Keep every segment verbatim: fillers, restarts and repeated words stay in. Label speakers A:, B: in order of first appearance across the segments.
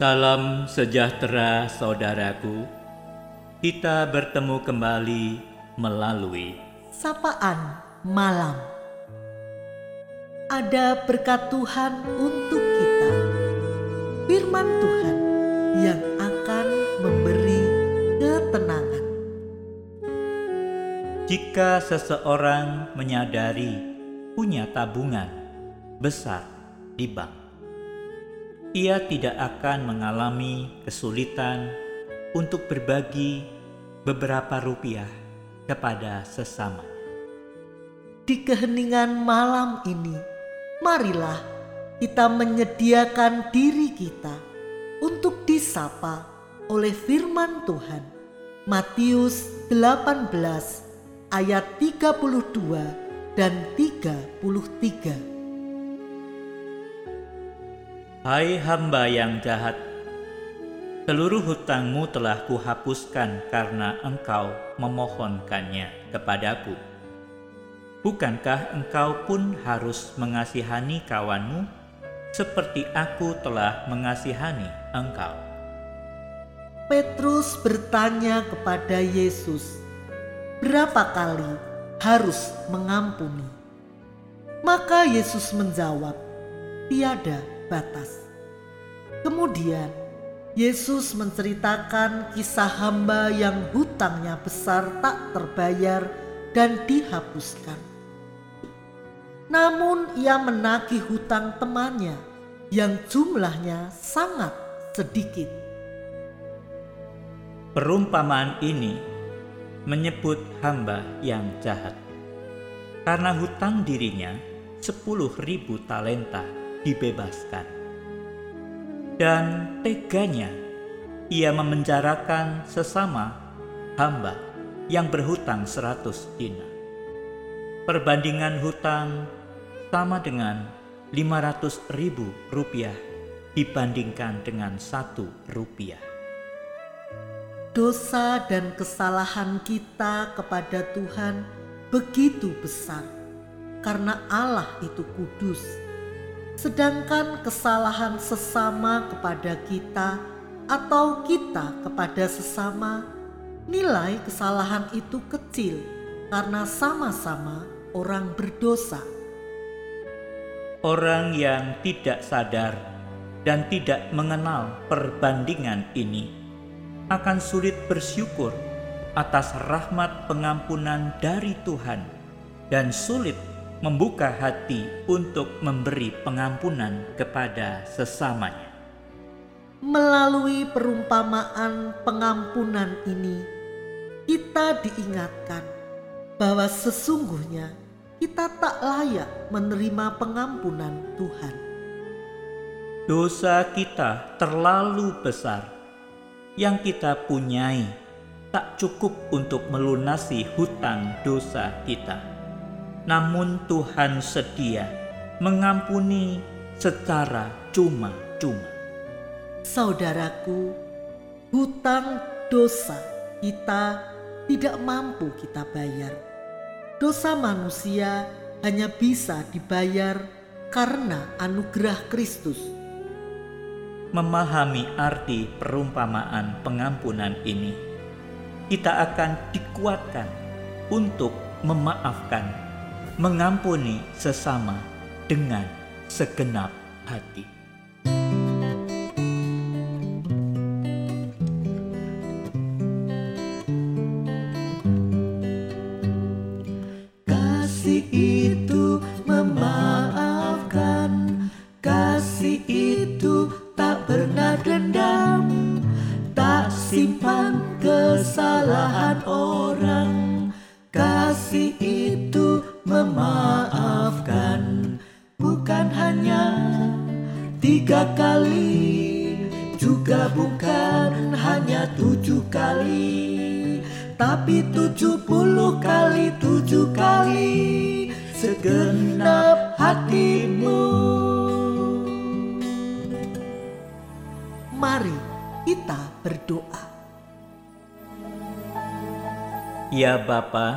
A: Salam sejahtera saudaraku. Kita bertemu kembali melalui
B: Sapaan Malam. Ada berkat Tuhan untuk kita. Firman Tuhan yang akan memberi ketenangan.
A: jika seseorang menyadari punya tabungan besar di bank, ia tidak akan mengalami kesulitan untuk berbagi beberapa rupiah kepada sesama.
B: Di keheningan malam ini, marilah kita menyediakan diri kita untuk disapa oleh firman Tuhan. Matius delapan belas ayat tiga puluh dua dan tiga puluh tiga.
A: Hai hamba yang jahat, seluruh hutangmu telah kuhapuskan karena engkau memohonkannya kepadaku. Bukankah engkau pun harus mengasihani kawanmu seperti aku telah mengasihani engkau?
B: Petrus bertanya kepada Yesus, berapa kali harus mengampuni? Maka Yesus menjawab, tiada batas. Kemudian Yesus menceritakan kisah hamba yang hutangnya besar tak terbayar dan dihapuskan. Namun ia menagih hutang temannya yang jumlahnya sangat sedikit.
A: Perumpamaan ini menyebut hamba yang jahat karena hutang dirinya sepuluh ribu talenta dibebaskan, dan teganya ia memenjarakan sesama hamba yang berhutang seratus dinar. Perbandingan hutang sama dengan lima ratus ribu rupiah dibandingkan dengan satu rupiah.
B: Dosa dan kesalahan kita kepada Tuhan begitu besar karena Allah itu kudus. Sedangkan kesalahan sesama kepada kita atau kita kepada sesama, nilai kesalahan itu kecil karena sama-sama orang berdosa.
A: Orang yang tidak sadar dan tidak mengenal perbandingan ini akan sulit bersyukur atas rahmat pengampunan dari Tuhan dan sulit membuka hati untuk memberi pengampunan kepada sesamanya.
B: Melalui perumpamaan pengampunan ini, kita diingatkan bahwa sesungguhnya kita tak layak menerima pengampunan Tuhan.
A: Dosa kita terlalu besar, yang kita punyai tak cukup untuk melunasi hutang dosa kita. Namun Tuhan sedia mengampuni secara cuma-cuma.
B: Saudaraku, hutang dosa kita tidak mampu kita bayar. Dosa manusia hanya bisa dibayar karena anugerah Kristus.
A: Memahami arti perumpamaan pengampunan ini, kita akan dikuatkan untuk memaafkan, mengampuni sesama dengan segenap hati.
B: Kasih itu memaafkan, kasih itu tak pernah dendam, tak simpan kesalahan orang. Kasih itu memaafkan, bukan hanya tiga kali, juga bukan hanya tujuh kali, tapi tujuh puluh kali tujuh kali segenap hatimu. Mari kita berdoa.
A: Ya Bapa,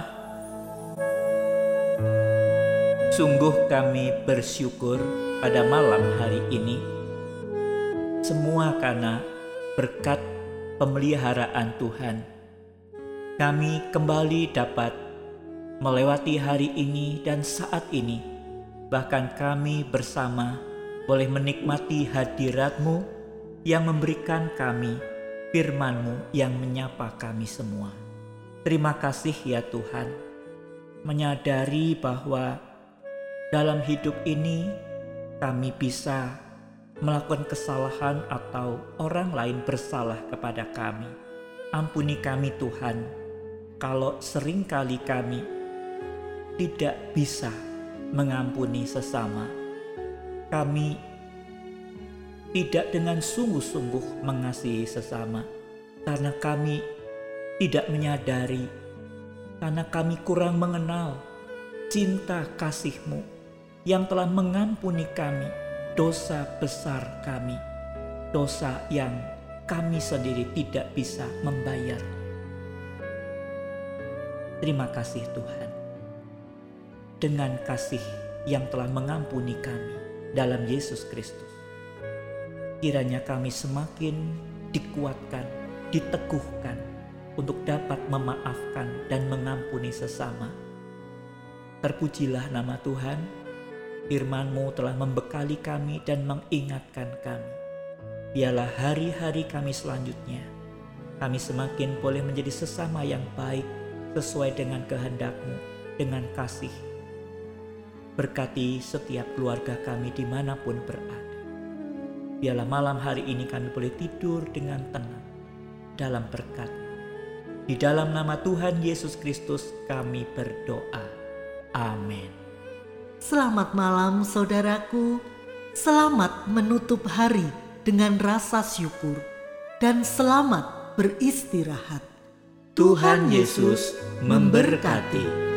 A: sungguh kami bersyukur pada malam hari ini Semua karena berkat pemeliharaan Tuhan. Kami kembali dapat melewati hari ini dan saat ini. Bahkan kami bersama boleh menikmati hadirat-Mu yang memberikan kami firman-Mu yang menyapa kami semua. Terima kasih ya Tuhan, menyadari bahwa dalam hidup ini kami bisa melakukan kesalahan atau orang lain bersalah kepada kami. Ampuni kami Tuhan, kalau seringkali kami tidak bisa mengampuni sesama. Kami tidak dengan sungguh-sungguh mengasihi sesama karena kami tidak menyadari, karena kami kurang mengenal cinta kasih-Mu yang telah mengampuni kami dosa besar kami, dosa yang kami sendiri tidak bisa membayar. Terima kasih Tuhan, dengan kasih yang telah mengampuni kami dalam Yesus Kristus. Kiranya kami semakin dikuatkan, diteguhkan untuk dapat memaafkan dan mengampuni sesama. Terpujilah nama Tuhan. Firman-Mu telah membekali kami dan mengingatkan kami. Biarlah hari-hari kami selanjutnya, kami semakin boleh menjadi sesama yang baik sesuai dengan kehendak-Mu, dengan kasih. Berkati setiap keluarga kami dimanapun berada. Biarlah malam hari ini kami boleh tidur dengan tenang dalam berkat. Di dalam nama Tuhan Yesus Kristus kami berdoa. Amin.
B: Selamat malam saudaraku, selamat menutup hari dengan rasa syukur dan selamat beristirahat.
A: Tuhan Yesus memberkati.